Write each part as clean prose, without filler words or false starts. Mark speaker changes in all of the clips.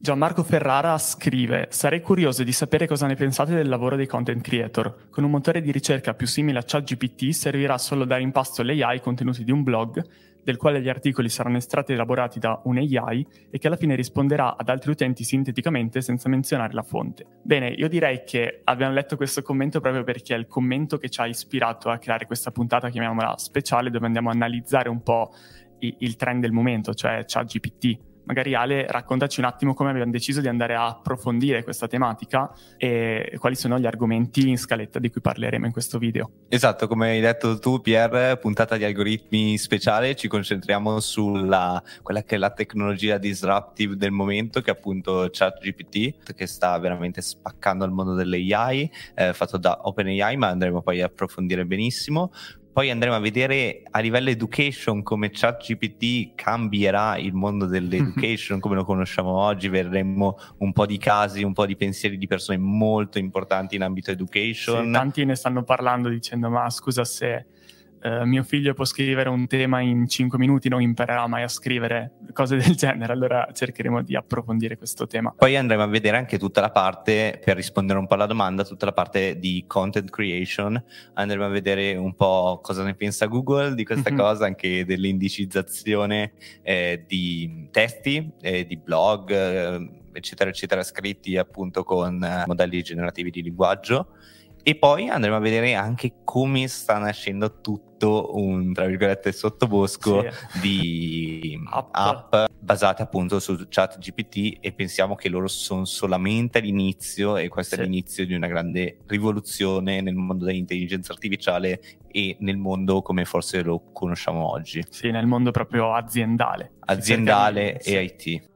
Speaker 1: Gianmarco Ferrara scrive: sarei curioso di sapere cosa ne pensate del lavoro dei content creator. Con un motore di ricerca più simile a ChatGPT servirà solo a dare in pasto all'AI contenuti di un blog, del quale gli articoli saranno estratti e elaborati da un AI e che alla fine risponderà ad altri utenti sinteticamente senza menzionare la fonte. Bene, io direi che abbiamo letto questo commento proprio perché è il commento che ci ha ispirato a creare questa puntata, chiamiamola speciale, dove andiamo a analizzare un po' il trend del momento, cioè ChatGPT. Magari Ale, raccontaci un attimo come abbiamo deciso di andare a approfondire questa tematica e quali sono gli argomenti in scaletta di cui parleremo in questo video.
Speaker 2: Esatto, come hai detto tu Pier, puntata di algoritmi speciale, ci concentriamo sulla quella che è la tecnologia disruptive del momento, che è appunto ChatGPT, che sta veramente spaccando il mondo dell'AI, fatto da OpenAI, ma andremo poi a approfondire benissimo. Poi andremo a vedere a livello education come ChatGPT cambierà il mondo dell'education come lo conosciamo oggi. Vedremo un po' di casi, un po' di pensieri di persone molto importanti in ambito education.
Speaker 1: Sì, tanti ne stanno parlando dicendo: ma scusa, se mio figlio può scrivere un tema in 5 minuti, non imparerà mai a scrivere, cose del genere. Allora cercheremo di approfondire questo tema.
Speaker 2: Poi andremo a vedere anche tutta la parte, per rispondere un po' alla domanda, tutta la parte di content creation. Andremo a vedere un po' cosa ne pensa Google di questa cosa, anche dell'indicizzazione di testi, di blog, eccetera eccetera, scritti appunto con modelli generativi di linguaggio. E poi andremo a vedere anche come sta nascendo tutto un, tra virgolette, sottobosco di app basate appunto su ChatGPT, e pensiamo che loro sono solamente all'inizio, e questo è l'inizio di una grande rivoluzione nel mondo dell'intelligenza artificiale e nel mondo come forse lo conosciamo oggi.
Speaker 1: Sì, nel mondo proprio aziendale
Speaker 2: e IT.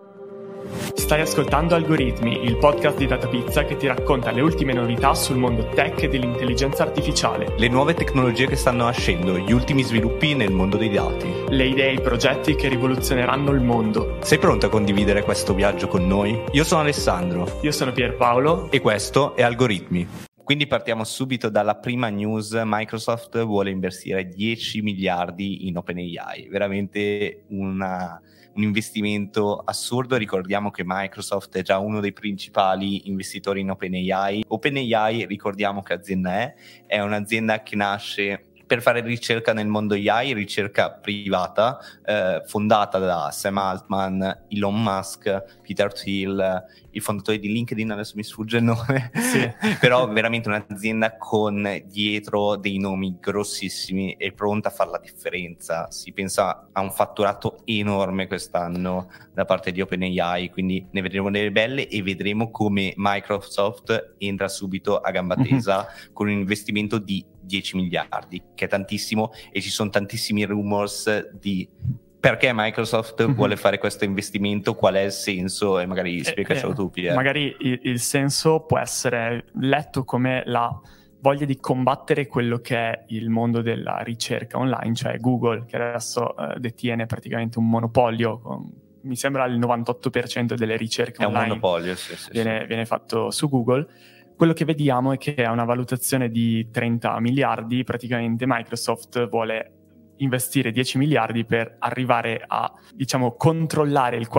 Speaker 1: Stai ascoltando Algoritmi, il podcast di Datapizza che ti racconta le ultime novità sul mondo tech e dell'intelligenza artificiale,
Speaker 2: le nuove tecnologie che stanno nascendo, gli ultimi sviluppi nel mondo dei dati,
Speaker 1: le idee e i progetti che rivoluzioneranno il mondo.
Speaker 2: Sei pronto a condividere questo viaggio con noi? Io sono Alessandro.
Speaker 1: Io sono Pierpaolo.
Speaker 2: E questo è Algoritmi. Quindi partiamo subito dalla prima news. Microsoft vuole investire 10 miliardi in OpenAI, veramente un investimento assurdo. Ricordiamo che Microsoft è già uno dei principali investitori in OpenAI. OpenAI, ricordiamo che azienda è un'azienda che nasce per fare ricerca nel mondo AI, ricerca privata, fondata da Sam Altman, Elon Musk, Peter Thiel, il fondatore di LinkedIn, adesso mi sfugge il nome, però veramente un'azienda con dietro dei nomi grossissimi e pronta a fare la differenza. Si pensa a un fatturato enorme quest'anno da parte di OpenAI, quindi ne vedremo delle belle e vedremo come Microsoft entra subito a gamba tesa con un investimento di 10 miliardi, che è tantissimo, e ci sono tantissimi rumors di perché Microsoft vuole fare questo investimento, qual è il senso, e magari spiegacelo tu, Pier.
Speaker 1: Magari il senso può essere letto come la voglia di combattere quello che è il mondo della ricerca online, cioè Google, che adesso detiene praticamente un monopolio con, mi sembra, il 98% delle ricerche online.
Speaker 2: È un monopolio,
Speaker 1: viene fatto su Google. Quello che vediamo è che a una valutazione di 30 miliardi, praticamente Microsoft vuole investire 10 miliardi per arrivare a, diciamo, controllare il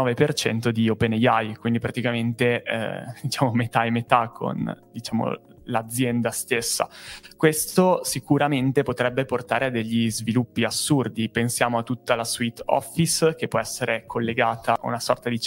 Speaker 1: 49% di OpenAI, quindi praticamente metà e metà con, diciamo, l'azienda stessa. Questo sicuramente potrebbe portare a degli sviluppi assurdi. Pensiamo a tutta la suite Office, che può essere collegata a una sorta di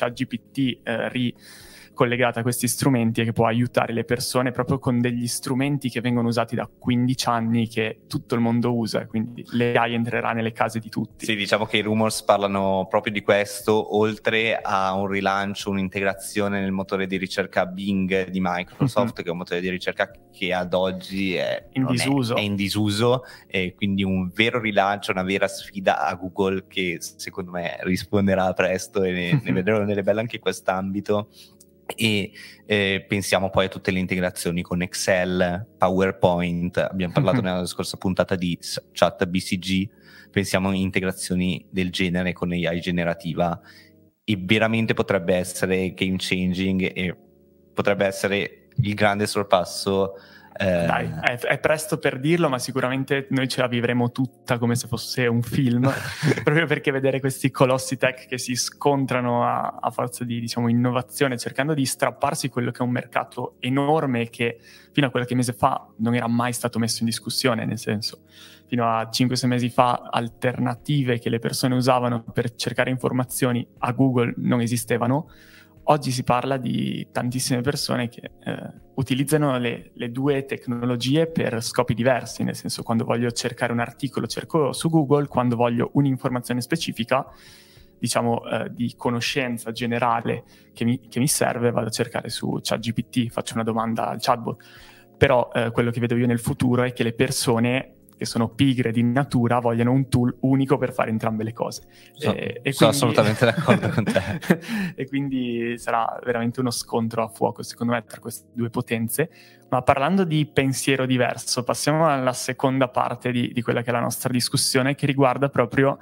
Speaker 1: ChatGPT collegata a questi strumenti, e che può aiutare le persone proprio con degli strumenti che vengono usati da 15 anni, che tutto il mondo usa, quindi l'AI entrerà nelle case di tutti.
Speaker 2: Sì, diciamo che i rumors parlano proprio di questo, oltre a un rilancio, un'integrazione nel motore di ricerca Bing di Microsoft, che è un motore di ricerca che ad oggi è in disuso, e quindi un vero rilancio, una vera sfida a Google, che secondo me risponderà presto, e ne vedremo delle belle anche in quest'ambito. E pensiamo poi a tutte le integrazioni con Excel, PowerPoint. Abbiamo parlato nella scorsa puntata di chat BCG, pensiamo a integrazioni del genere con AI generativa, e veramente potrebbe essere game changing, e potrebbe essere il grande sorpasso
Speaker 1: Dai, è presto per dirlo, ma sicuramente noi ce la vivremo tutta come se fosse un film, proprio perché vedere questi colossi tech che si scontrano a forza di, diciamo, innovazione, cercando di strapparsi quello che è un mercato enorme che fino a qualche mese fa non era mai stato messo in discussione, nel senso, fino a 5-6 mesi fa alternative che le persone usavano per cercare informazioni a Google non esistevano. Oggi si parla di tantissime persone che utilizzano le due tecnologie per scopi diversi, nel senso, quando voglio cercare un articolo cerco su Google, quando voglio un'informazione specifica, diciamo di conoscenza generale che mi serve, vado a cercare su ChatGPT, faccio una domanda al chatbot. Però quello che vedo io nel futuro è che le persone che sono pigre di natura vogliono un tool unico per fare entrambe le cose.
Speaker 2: Sono
Speaker 1: quindi,
Speaker 2: assolutamente d'accordo con te.
Speaker 1: E quindi sarà veramente uno scontro a fuoco, secondo me, tra queste due potenze. Ma parlando di pensiero diverso, passiamo alla seconda parte di quella che è la nostra discussione, che riguarda proprio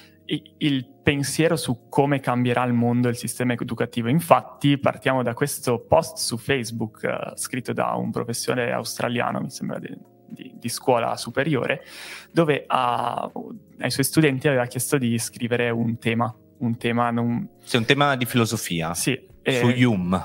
Speaker 1: il pensiero su come cambierà il mondo e il sistema educativo. Infatti partiamo da questo post su Facebook scritto da un professore australiano, mi sembra di scuola superiore, dove ai suoi studenti aveva chiesto di scrivere un tema non...
Speaker 2: Sì, un tema di filosofia.
Speaker 1: Sì.
Speaker 2: Su Hume.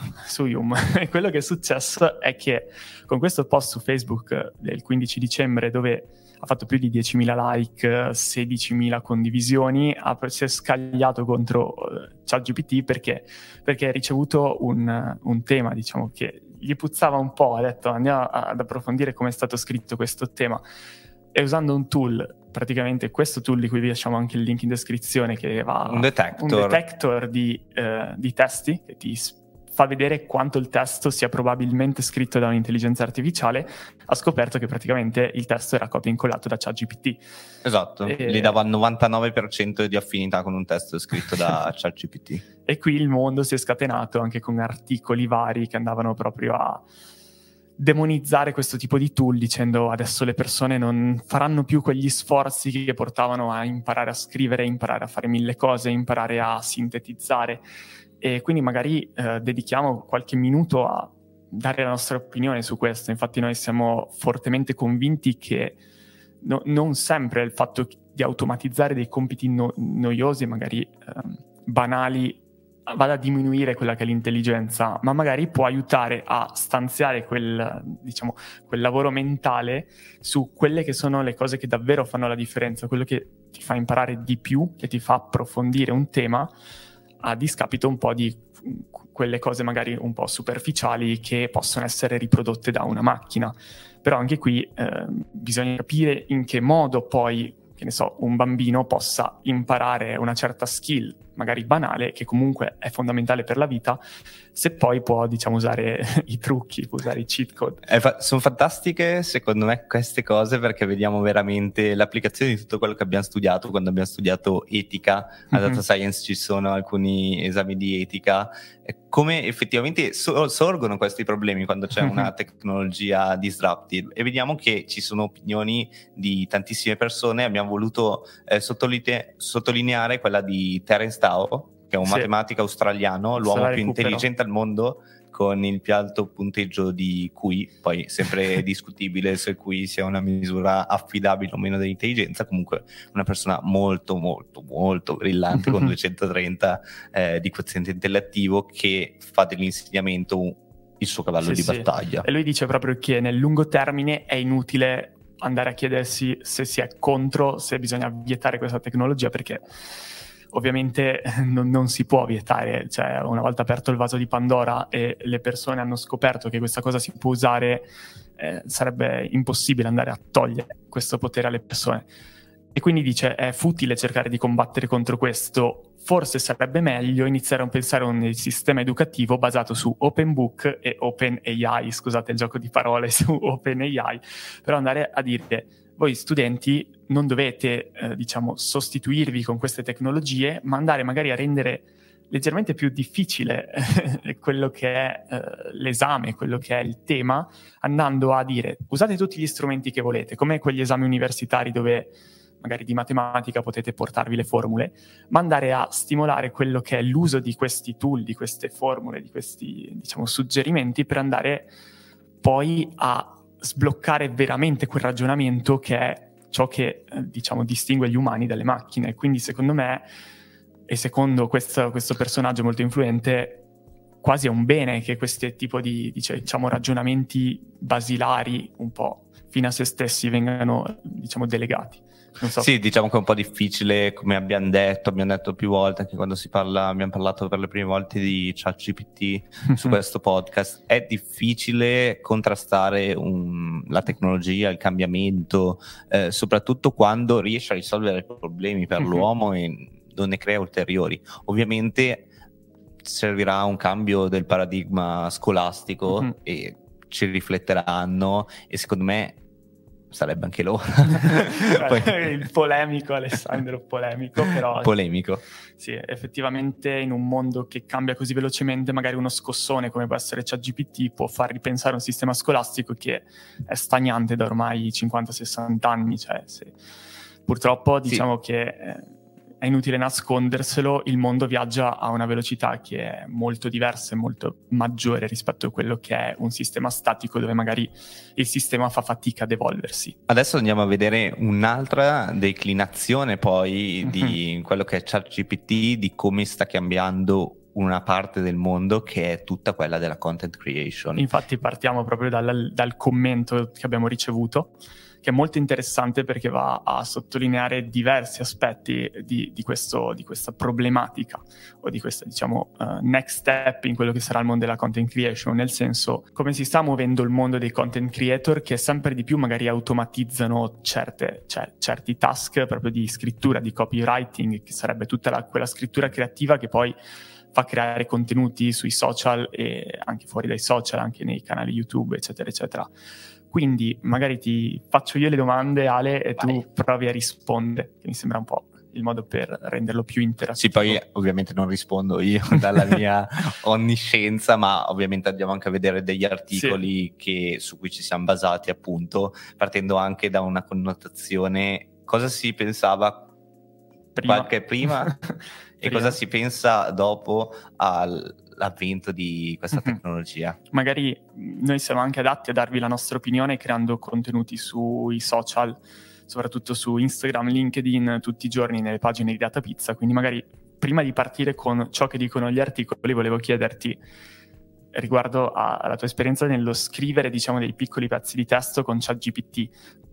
Speaker 1: E quello che è successo è che con questo post su Facebook del 15 dicembre, dove ha fatto più di 10.000 like, 16.000 condivisioni, si è scagliato contro ChatGPT perché ha ricevuto un tema, diciamo, che gli puzzava un po'. Ha detto: andiamo ad approfondire come è stato scritto questo tema, e usando un tool, praticamente questo tool di cui vi lasciamo anche il link in descrizione, che va
Speaker 2: un detector
Speaker 1: di testi, che ti fa vedere quanto il testo sia probabilmente scritto da un'intelligenza artificiale, ha scoperto che praticamente il testo era copia e incollato da ChatGPT.
Speaker 2: Esatto, gli dava il 99% di affinità con un testo scritto da ChatGPT.
Speaker 1: E qui il mondo si è scatenato anche con articoli vari che andavano proprio a demonizzare questo tipo di tool, dicendo: adesso le persone non faranno più quegli sforzi che portavano a imparare a scrivere, imparare a fare 1000 cose, imparare a sintetizzare. E quindi magari dedichiamo qualche minuto a dare la nostra opinione su questo. Infatti noi siamo fortemente convinti che non sempre il fatto di automatizzare dei compiti noiosi, magari banali, vada a diminuire quella che è l'intelligenza, ma magari può aiutare a stanziare quel lavoro mentale su quelle che sono le cose che davvero fanno la differenza, quello che ti fa imparare di più, che ti fa approfondire un tema, a discapito un po' di quelle cose magari un po' superficiali che possono essere riprodotte da una macchina. Però anche qui bisogna capire in che modo poi, che ne so, un bambino possa imparare una certa skill, magari banale, che comunque è fondamentale per la vita, se poi può, diciamo, usare i trucchi, può usare i cheat code.
Speaker 2: Sono fantastiche, secondo me, queste cose, perché vediamo veramente l'applicazione di tutto quello che abbiamo studiato. Quando abbiamo studiato etica, a Data Science ci sono alcuni esami di etica, come effettivamente sorgono questi problemi quando c'è una tecnologia disruptive, e vediamo che ci sono opinioni di tantissime persone. Abbiamo voluto sottolineare quella di Terence Tao, che è un matematico australiano, l'uomo più intelligente al mondo, con il più alto punteggio di QI, poi sempre discutibile se QI sia una misura affidabile o meno dell'intelligenza. Comunque una persona molto molto molto brillante, con 230 di quoziente intellettivo, che fa dell'insegnamento il suo cavallo di battaglia.
Speaker 1: E lui dice proprio che nel lungo termine è inutile andare a chiedersi se si è contro, se bisogna vietare questa tecnologia, perché ovviamente non si può vietare. Cioè, una volta aperto il vaso di Pandora e le persone hanno scoperto che questa cosa si può usare, sarebbe impossibile andare a togliere questo potere alle persone. E quindi dice: è futile cercare di combattere contro questo, forse sarebbe meglio iniziare a pensare a un sistema educativo basato su Open Book e Open AI, scusate il gioco di parole su Open AI, però andare a dire: voi studenti non dovete sostituirvi con queste tecnologie, ma andare magari a rendere leggermente più difficile quello che è l'esame, quello che è il tema, andando a dire: usate tutti gli strumenti che volete, come quegli esami universitari dove magari di matematica potete portarvi le formule, ma andare a stimolare quello che è l'uso di questi tool, di queste formule, di questi suggerimenti, per andare poi a sbloccare veramente quel ragionamento che è ciò che diciamo distingue gli umani dalle macchine. Quindi secondo me, e secondo questo personaggio molto influente, quasi è un bene che questi tipo di diciamo ragionamenti basilari un po' fino a se stessi vengano diciamo delegati. Non so.
Speaker 2: Sì, diciamo che è un po' difficile, come abbiamo detto più volte, anche quando abbiamo parlato per le prime volte di ChatGPT su questo podcast, è difficile contrastare la tecnologia, il cambiamento, soprattutto quando riesce a risolvere problemi per l'uomo e non ne crea ulteriori. Ovviamente servirà un cambio del paradigma scolastico e ci rifletteranno, e secondo me sarebbe anche loro.
Speaker 1: Poi... il polemico Alessandro, polemico, però
Speaker 2: polemico.
Speaker 1: Sì, effettivamente in un mondo che cambia così velocemente, magari uno scossone come può essere ChatGPT può far ripensare un sistema scolastico che è stagnante da ormai 50-60 anni. Cioè, purtroppo diciamo che è inutile nasconderselo, il mondo viaggia a una velocità che è molto diversa e molto maggiore rispetto a quello che è un sistema statico, dove magari il sistema fa fatica ad evolversi.
Speaker 2: Adesso andiamo a vedere un'altra declinazione poi di quello che è ChatGPT, di come sta cambiando una parte del mondo che è tutta quella della content creation.
Speaker 1: Infatti partiamo proprio dal commento che abbiamo ricevuto, che è molto interessante perché va a sottolineare diversi aspetti di questa problematica o di questa, diciamo, next step in quello che sarà il mondo della content creation, nel senso come si sta muovendo il mondo dei content creator, che sempre di più magari automatizzano certi task proprio di scrittura, di copywriting, che sarebbe tutta quella scrittura creativa che poi fa creare contenuti sui social e anche fuori dai social, anche nei canali YouTube, eccetera, eccetera. Quindi magari ti faccio io le domande, Ale, e tu provi a rispondere, che mi sembra un po' il modo per renderlo più interattivo.
Speaker 2: Sì, poi ovviamente non rispondo io dalla mia onniscienza, ma ovviamente andiamo anche a vedere degli articoli su cui ci siamo basati, appunto, partendo anche da una connotazione, cosa si pensava prima e cosa si pensa dopo all'avvento di questa tecnologia.
Speaker 1: Magari noi siamo anche adatti a darvi la nostra opinione creando contenuti sui social, soprattutto su Instagram, LinkedIn, tutti i giorni nelle pagine di Data Pizza. Quindi magari prima di partire con ciò che dicono gli articoli, volevo chiederti riguardo alla tua esperienza nello scrivere, diciamo, dei piccoli pezzi di testo con ChatGPT.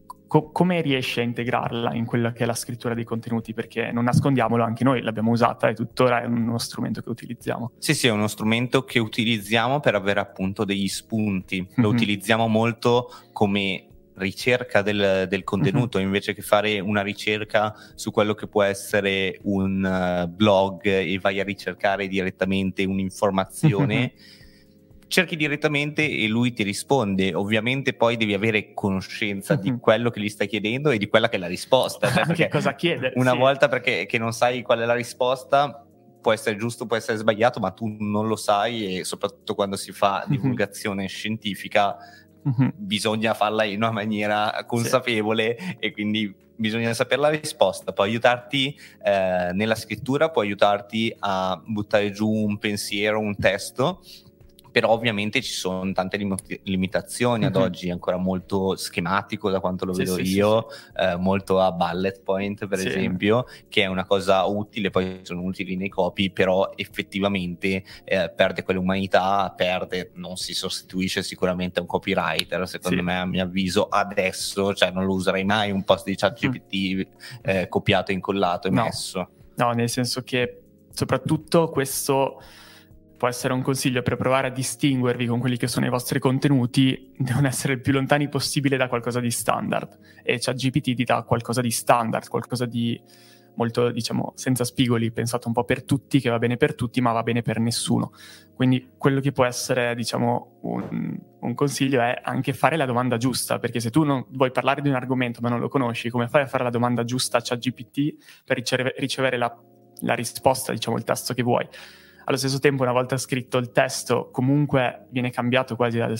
Speaker 1: Come riesci a integrarla in quella che è la scrittura dei contenuti? Perché non nascondiamolo, anche noi l'abbiamo usata e tuttora è uno strumento che utilizziamo.
Speaker 2: Sì, è uno strumento che utilizziamo per avere appunto degli spunti. Lo utilizziamo molto come ricerca del contenuto, invece che fare una ricerca su quello che può essere un blog e vai a ricercare direttamente un'informazione. Cerchi direttamente e lui ti risponde. Ovviamente poi devi avere conoscenza di quello che gli stai chiedendo e di quella che è la risposta. Cioè,
Speaker 1: che cosa chiedere?
Speaker 2: Una volta che non sai qual è la risposta, può essere giusto, può essere sbagliato, ma tu non lo sai, e soprattutto quando si fa divulgazione scientifica bisogna farla in una maniera consapevole e quindi bisogna sapere la risposta. Può aiutarti nella scrittura, può aiutarti a buttare giù un pensiero, un testo, però ovviamente ci sono tante limitazioni ad oggi, è ancora molto schematico da quanto lo vedo io, molto a bullet point per esempio, che è una cosa utile, poi sono utili nei copy, però effettivamente perde quell'umanità, non si sostituisce sicuramente a un copywriter, secondo me, a mio avviso adesso, cioè non lo userei mai un post di ChatGPT copiato, incollato e messo.
Speaker 1: No, nel senso che soprattutto questo può essere un consiglio per provare a distinguervi con quelli che sono i vostri contenuti, devono essere il più lontani possibile da qualcosa di standard, e ChatGPT ti dà qualcosa di standard, qualcosa di molto, diciamo, senza spigoli, pensato un po' per tutti, che va bene per tutti ma va bene per nessuno. Quindi quello che può essere, diciamo, un consiglio è anche fare la domanda giusta, perché se tu non vuoi parlare di un argomento ma non lo conosci, come fai a fare la domanda giusta a ChatGPT per ricevere la risposta, diciamo, il testo che vuoi? Allo stesso tempo, una volta scritto il testo, comunque viene cambiato quasi dal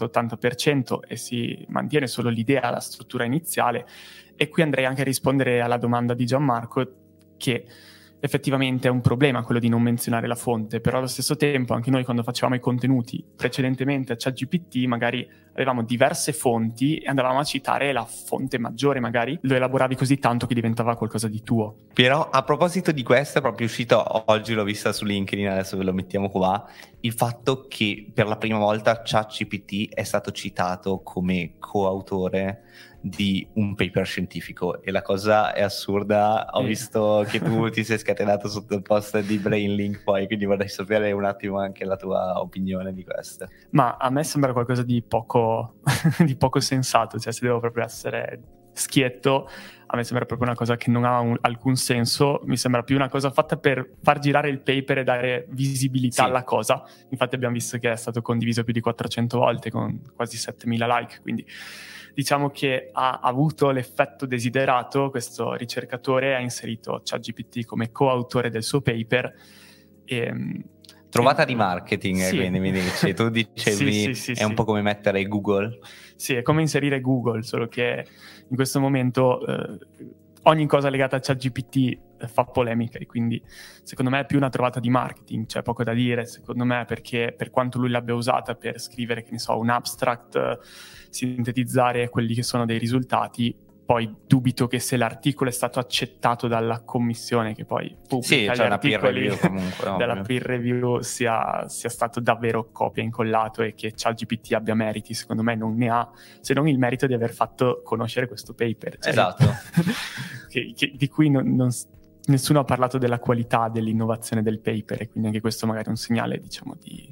Speaker 1: 70-80% e si mantiene solo l'idea, la struttura iniziale. E qui andrei anche a rispondere alla domanda di Gianmarco, che effettivamente è un problema quello di non menzionare la fonte, però allo stesso tempo anche noi quando facevamo i contenuti precedentemente a ChatGPT magari avevamo diverse fonti e andavamo a citare la fonte maggiore, magari lo elaboravi così tanto che diventava qualcosa di tuo.
Speaker 2: Però a proposito di questo è proprio uscito oggi, l'ho vista su LinkedIn, adesso ve lo mettiamo qua, il fatto che per la prima volta ChatGPT è stato citato come coautore di un paper scientifico, e la cosa è assurda. Ho visto che tu ti sei scatenato sotto il post di Brainlink poi, quindi vorrei sapere un attimo anche la tua opinione di questo.
Speaker 1: Ma a me sembra qualcosa di poco di poco sensato, cioè se devo proprio essere schietto, a me sembra proprio una cosa che non ha alcun senso, mi sembra più una cosa fatta per far girare il paper e dare visibilità alla cosa. Infatti abbiamo visto che è stato condiviso più di 400 volte con quasi 7000 like, quindi diciamo che ha avuto l'effetto desiderato. Questo ricercatore ha inserito ChatGPT come coautore del suo paper.
Speaker 2: Trovata di marketing, sì. Quindi mi dici, tu dicevi sì, è un po' come mettere Google.
Speaker 1: Sì, è come inserire Google, solo che in questo momento ogni cosa legata a ChatGPT fa polemica, e quindi secondo me è più una trovata di marketing, c'è poco da dire secondo me, perché per quanto lui l'abbia usata per scrivere, che ne so, un abstract, sintetizzare quelli che sono dei risultati, poi dubito che se l'articolo è stato accettato dalla commissione che poi pubblica gli articoli della peer review sia stato davvero copia e incollato, e che ChatGPT abbia meriti, secondo me non ne ha, se non il merito di aver fatto conoscere questo paper, cioè,
Speaker 2: esatto.
Speaker 1: di cui nessuno ha parlato della qualità dell'innovazione del paper, e quindi anche questo magari è un segnale, diciamo,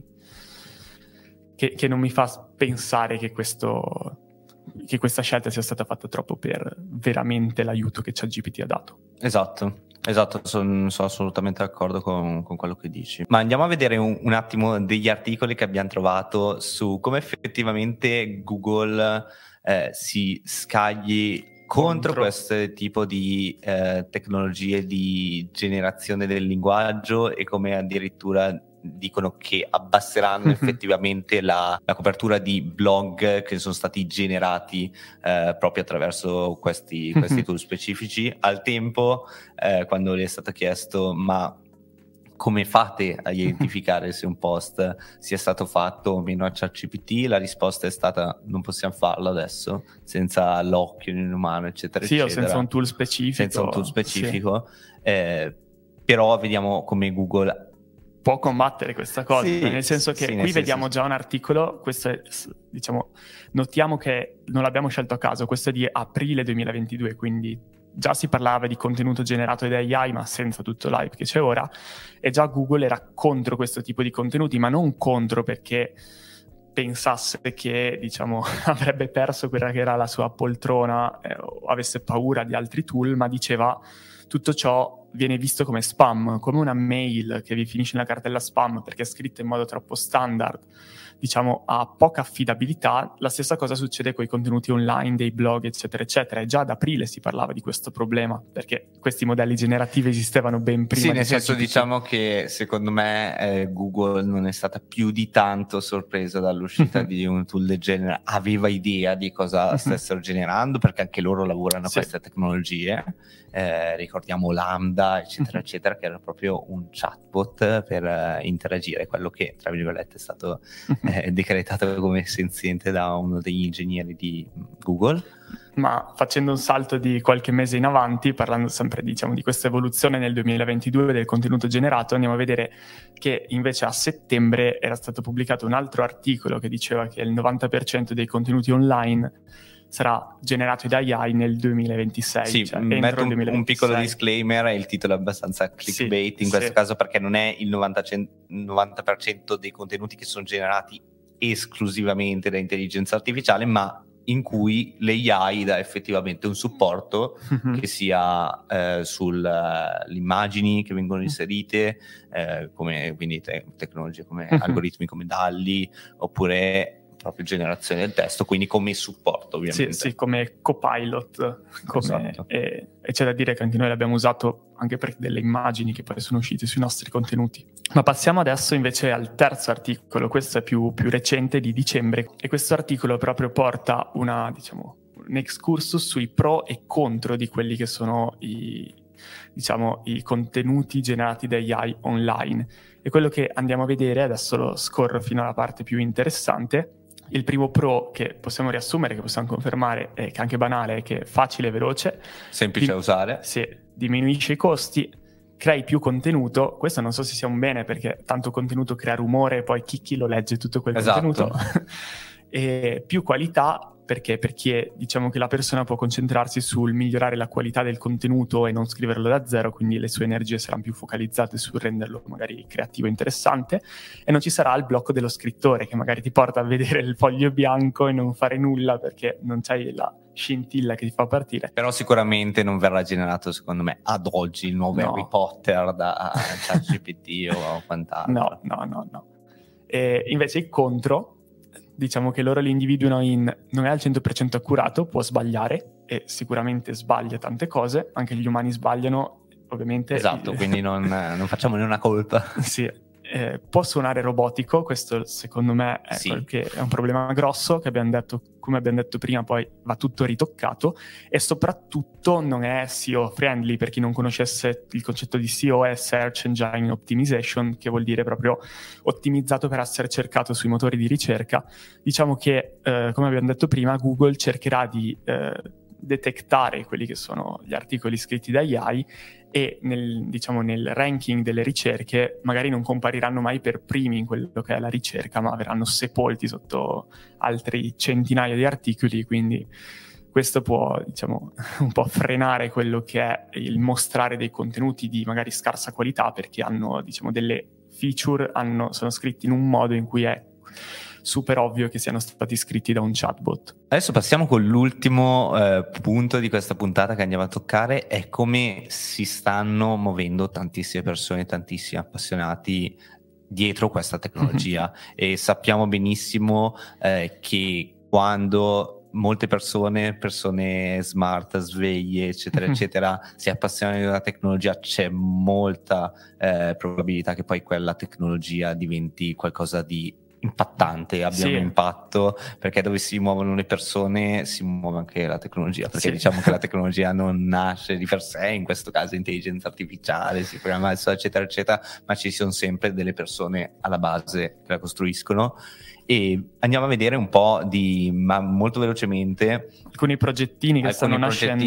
Speaker 1: che non mi fa pensare che questa scelta sia stata fatta troppo per veramente l'aiuto che ChatGPT ha dato.
Speaker 2: Esatto, sono assolutamente d'accordo con quello che dici. Ma andiamo a vedere un attimo degli articoli che abbiamo trovato su come effettivamente Google si scagli contro questo tipo di tecnologie di generazione del linguaggio, e come addirittura dicono che abbasseranno effettivamente la copertura di blog che sono stati generati proprio attraverso questi tool specifici. Al tempo, quando gli è stato chiesto ma come fate a identificare se un post sia stato fatto o meno a ChatGPT, la risposta è stata: non possiamo farlo adesso senza l'occhio in umano, eccetera, eccetera.
Speaker 1: O senza un tool specifico.
Speaker 2: Sì. Però vediamo come Google
Speaker 1: può combattere questa cosa, nel senso che qui vediamo già un articolo, questo è, diciamo, notiamo che non l'abbiamo scelto a caso, questo è di aprile 2022, quindi già si parlava di contenuto generato da AI, ma senza tutto l'hype che c'è ora, e già Google era contro questo tipo di contenuti, ma non contro perché pensasse che, diciamo, avrebbe perso quella che era la sua poltrona o avesse paura di altri tool, ma diceva tutto ciò viene visto come spam, come una mail che vi finisce nella cartella spam perché è scritta in modo troppo standard, diciamo ha poca affidabilità. La stessa cosa succede con i contenuti online, dei blog, eccetera, eccetera, e già ad aprile si parlava di questo problema, perché questi modelli generativi esistevano ben prima.
Speaker 2: Sì, nel senso, diciamo che secondo me Google non è stata più di tanto sorpresa dall'uscita di un tool del genere, aveva idea di cosa stessero generando, perché anche loro lavorano a queste tecnologie, ricordiamo Lambda, eccetera, eccetera, che era proprio un chatbot per interagire, quello che, tra virgolette, è stato decretato come senziente da uno degli ingegneri di Google.
Speaker 1: Ma facendo un salto di qualche mese in avanti, parlando sempre, diciamo, di questa evoluzione nel 2022 del contenuto generato, andiamo a vedere che invece a settembre era stato pubblicato un altro articolo che diceva che il 90% dei contenuti online sarà generato da AI nel 2026.
Speaker 2: Sì, cioè metto un piccolo disclaimer, il titolo è abbastanza clickbait in questo caso, perché non è il 90% dei contenuti che sono generati esclusivamente da intelligenza artificiale, ma in cui l'AI dà effettivamente un supporto che sia sulle immagini che vengono inserite, come quindi tecnologie come algoritmi come DALL-E, oppure proprio generazione del testo, quindi come supporto ovviamente.
Speaker 1: Sì, come copilot, esatto. E c'è da dire che anche noi l'abbiamo usato anche per delle immagini che poi sono uscite sui nostri contenuti. Ma passiamo adesso invece al terzo articolo, questo è più recente, di dicembre, e questo articolo proprio porta un excursus sui pro e contro di quelli che sono i diciamo, i contenuti generati da AI online. E quello che andiamo a vedere, adesso lo scorro fino alla parte più interessante. Il primo pro che possiamo riassumere, che possiamo confermare, è che è anche banale, è che è facile e veloce.
Speaker 2: Semplice da usare.
Speaker 1: Sì, diminuisce i costi, crei più contenuto. Questo non so se sia un bene, perché tanto contenuto crea rumore e poi chi lo legge tutto quel contenuto. E più qualità, perché diciamo che la persona può concentrarsi sul migliorare la qualità del contenuto e non scriverlo da zero, quindi le sue energie saranno più focalizzate sul renderlo magari creativo e interessante, e non ci sarà il blocco dello scrittore che magari ti porta a vedere il foglio bianco e non fare nulla perché non c'hai la scintilla che ti fa partire.
Speaker 2: Però sicuramente non verrà generato, secondo me, ad oggi il nuovo Harry Potter da ChatGPT o quant'altro.
Speaker 1: No. E invece il contro, diciamo che loro li individuano non è al 100% accurato, può sbagliare e sicuramente sbaglia tante cose, anche gli umani sbagliano, ovviamente.
Speaker 2: Esatto, quindi non facciamone una colpa.
Speaker 1: Sì, può suonare robotico, questo secondo me è è un problema grosso che come abbiamo detto prima, poi va tutto ritoccato, e soprattutto non è SEO friendly. Per chi non conoscesse, il concetto di SEO è Search Engine Optimization, che vuol dire proprio ottimizzato per essere cercato sui motori di ricerca. Diciamo che, come abbiamo detto prima, Google cercherà di detectare quelli che sono gli articoli scritti da AI e nel ranking delle ricerche magari non compariranno mai per primi in quello che è la ricerca, ma verranno sepolti sotto altri centinaia di articoli, quindi questo può, diciamo, un po' frenare quello che è il mostrare dei contenuti di magari scarsa qualità, perché hanno, diciamo, delle feature, sono scritti in un modo in cui è super ovvio che siano stati scritti da un chatbot.
Speaker 2: Adesso passiamo con l'ultimo punto di questa puntata che andiamo a toccare, è come si stanno muovendo tantissime persone, tantissimi appassionati dietro questa tecnologia. E sappiamo benissimo che quando molte persone smart, sveglie, eccetera, eccetera, si appassionano di una tecnologia, c'è molta probabilità che poi quella tecnologia diventi qualcosa di impattante, abbia un impatto, perché dove si muovono le persone si muove anche la tecnologia, perché diciamo che la tecnologia non nasce di per sé, in questo caso intelligenza artificiale, si programma eccetera eccetera, ma ci sono sempre delle persone alla base che la costruiscono. E andiamo a vedere un po' ma molto velocemente
Speaker 1: alcuni progettini che stanno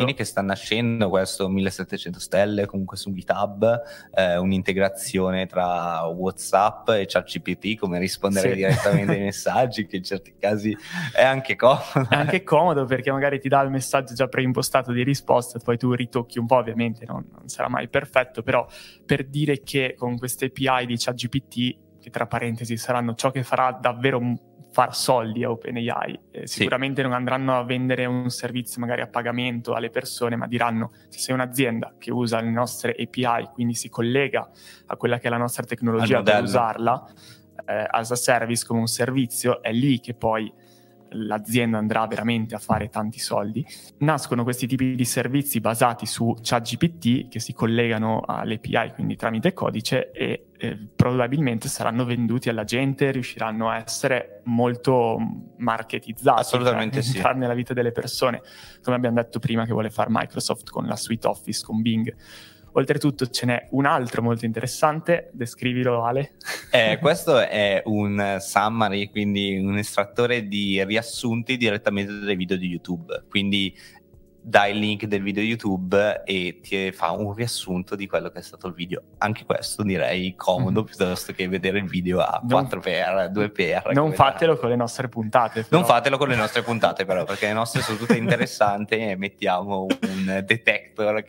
Speaker 2: nascendo, questo 1700 stelle comunque su GitHub, un'integrazione tra WhatsApp e ChatGPT, come rispondere direttamente ai messaggi, che in certi casi è anche comodo.
Speaker 1: È anche comodo perché magari ti dà il messaggio già preimpostato di risposta e poi tu ritocchi un po', ovviamente non sarà mai perfetto, però per dire che con queste API di ChatGPT, che tra parentesi saranno ciò che farà davvero far soldi a OpenAI, sicuramente non andranno a vendere un servizio magari a pagamento alle persone, ma diranno: se sei un'azienda che usa le nostre API, quindi si collega a quella che è la nostra tecnologia per usarla as a service, come un servizio, è lì che poi l'azienda andrà veramente a fare tanti soldi. Nascono questi tipi di servizi basati su ChatGPT che si collegano all'API, quindi tramite codice, e probabilmente saranno venduti alla gente, riusciranno a essere molto marketizzati.
Speaker 2: Assolutamente sì.
Speaker 1: Entrare nella vita delle persone, come abbiamo detto prima che vuole fare Microsoft con la suite Office, con Bing. Oltretutto ce n'è un altro molto interessante, descrivilo Ale.
Speaker 2: Questo è un summary, quindi un estrattore di riassunti direttamente dai video di YouTube, quindi dai il link del video YouTube e ti fa un riassunto di quello che è stato il video. Anche questo direi comodo piuttosto che vedere il video a 4x, 2x.
Speaker 1: Non fatelo con le nostre puntate.
Speaker 2: Non fatelo con le nostre puntate però, perché le nostre sono tutte interessanti e mettiamo un detector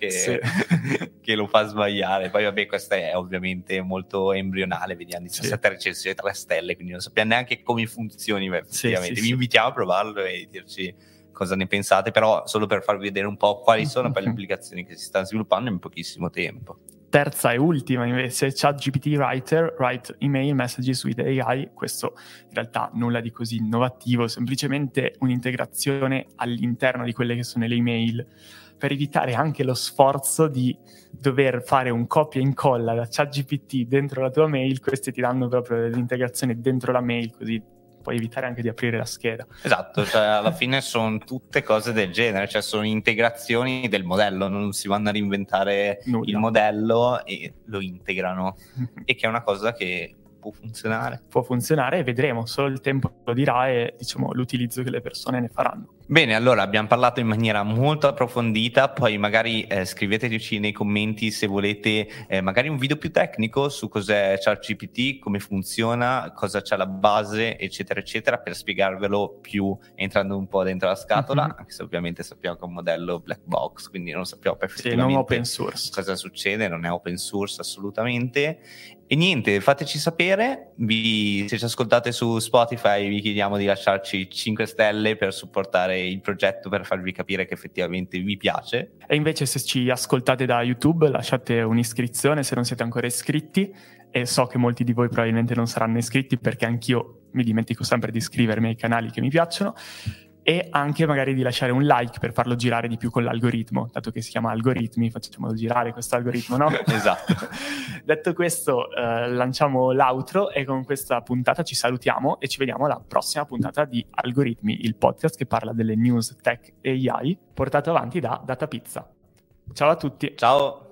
Speaker 2: che lo fa sbagliare. Poi vabbè, questa è ovviamente molto embrionale, vediamo 17 recensioni 3 stelle, quindi non sappiamo neanche come funzioni effettivamente. Vi invitiamo a provarlo e dirci cosa ne pensate, però solo per farvi vedere un po' quali sono per le applicazioni che si stanno sviluppando in pochissimo tempo.
Speaker 1: Terza e ultima invece, ChatGPT Writer, Write Email Messages with AI. Questo in realtà nulla di così innovativo, semplicemente un'integrazione all'interno di quelle che sono le email, per evitare anche lo sforzo di dover fare un copia e incolla da ChatGPT dentro la tua mail. Queste ti danno proprio l'integrazione dentro la mail, così puoi evitare anche di aprire la scheda.
Speaker 2: Esatto, cioè alla fine sono tutte cose del genere, cioè sono integrazioni del modello, non si vanno a reinventare
Speaker 1: Nulla.
Speaker 2: il modello e lo integrano, e che è una cosa che può funzionare.
Speaker 1: Può funzionare e vedremo, solo il tempo lo dirà e diciamo l'utilizzo che le persone ne faranno.
Speaker 2: Bene, allora abbiamo parlato in maniera molto approfondita, poi magari scriveteci nei commenti se volete magari un video più tecnico su cos'è ChatGPT, come funziona, cosa c'è la base, eccetera, eccetera, per spiegarvelo più entrando un po' dentro la scatola, anche se ovviamente sappiamo che è un modello black box, quindi non sappiamo perfettamente
Speaker 1: non open source.
Speaker 2: Cosa succede, non è open source assolutamente. E niente, fateci sapere, se ci ascoltate su Spotify vi chiediamo di lasciarci 5 stelle per supportare il progetto, per farvi capire che effettivamente vi piace.
Speaker 1: E invece se ci ascoltate da YouTube lasciate un'iscrizione se non siete ancora iscritti, e so che molti di voi probabilmente non saranno iscritti perché anch'io mi dimentico sempre di iscrivermi ai canali che mi piacciono, e anche magari di lasciare un like per farlo girare di più con l'algoritmo, dato che si chiama algoritmi, facciamolo girare questo algoritmo, no?
Speaker 2: Esatto.
Speaker 1: Detto questo, lanciamo l'outro e con questa puntata ci salutiamo e ci vediamo alla prossima puntata di Algoritmi, il podcast che parla delle news tech e AI portato avanti da Data Pizza. Ciao a tutti.
Speaker 2: Ciao.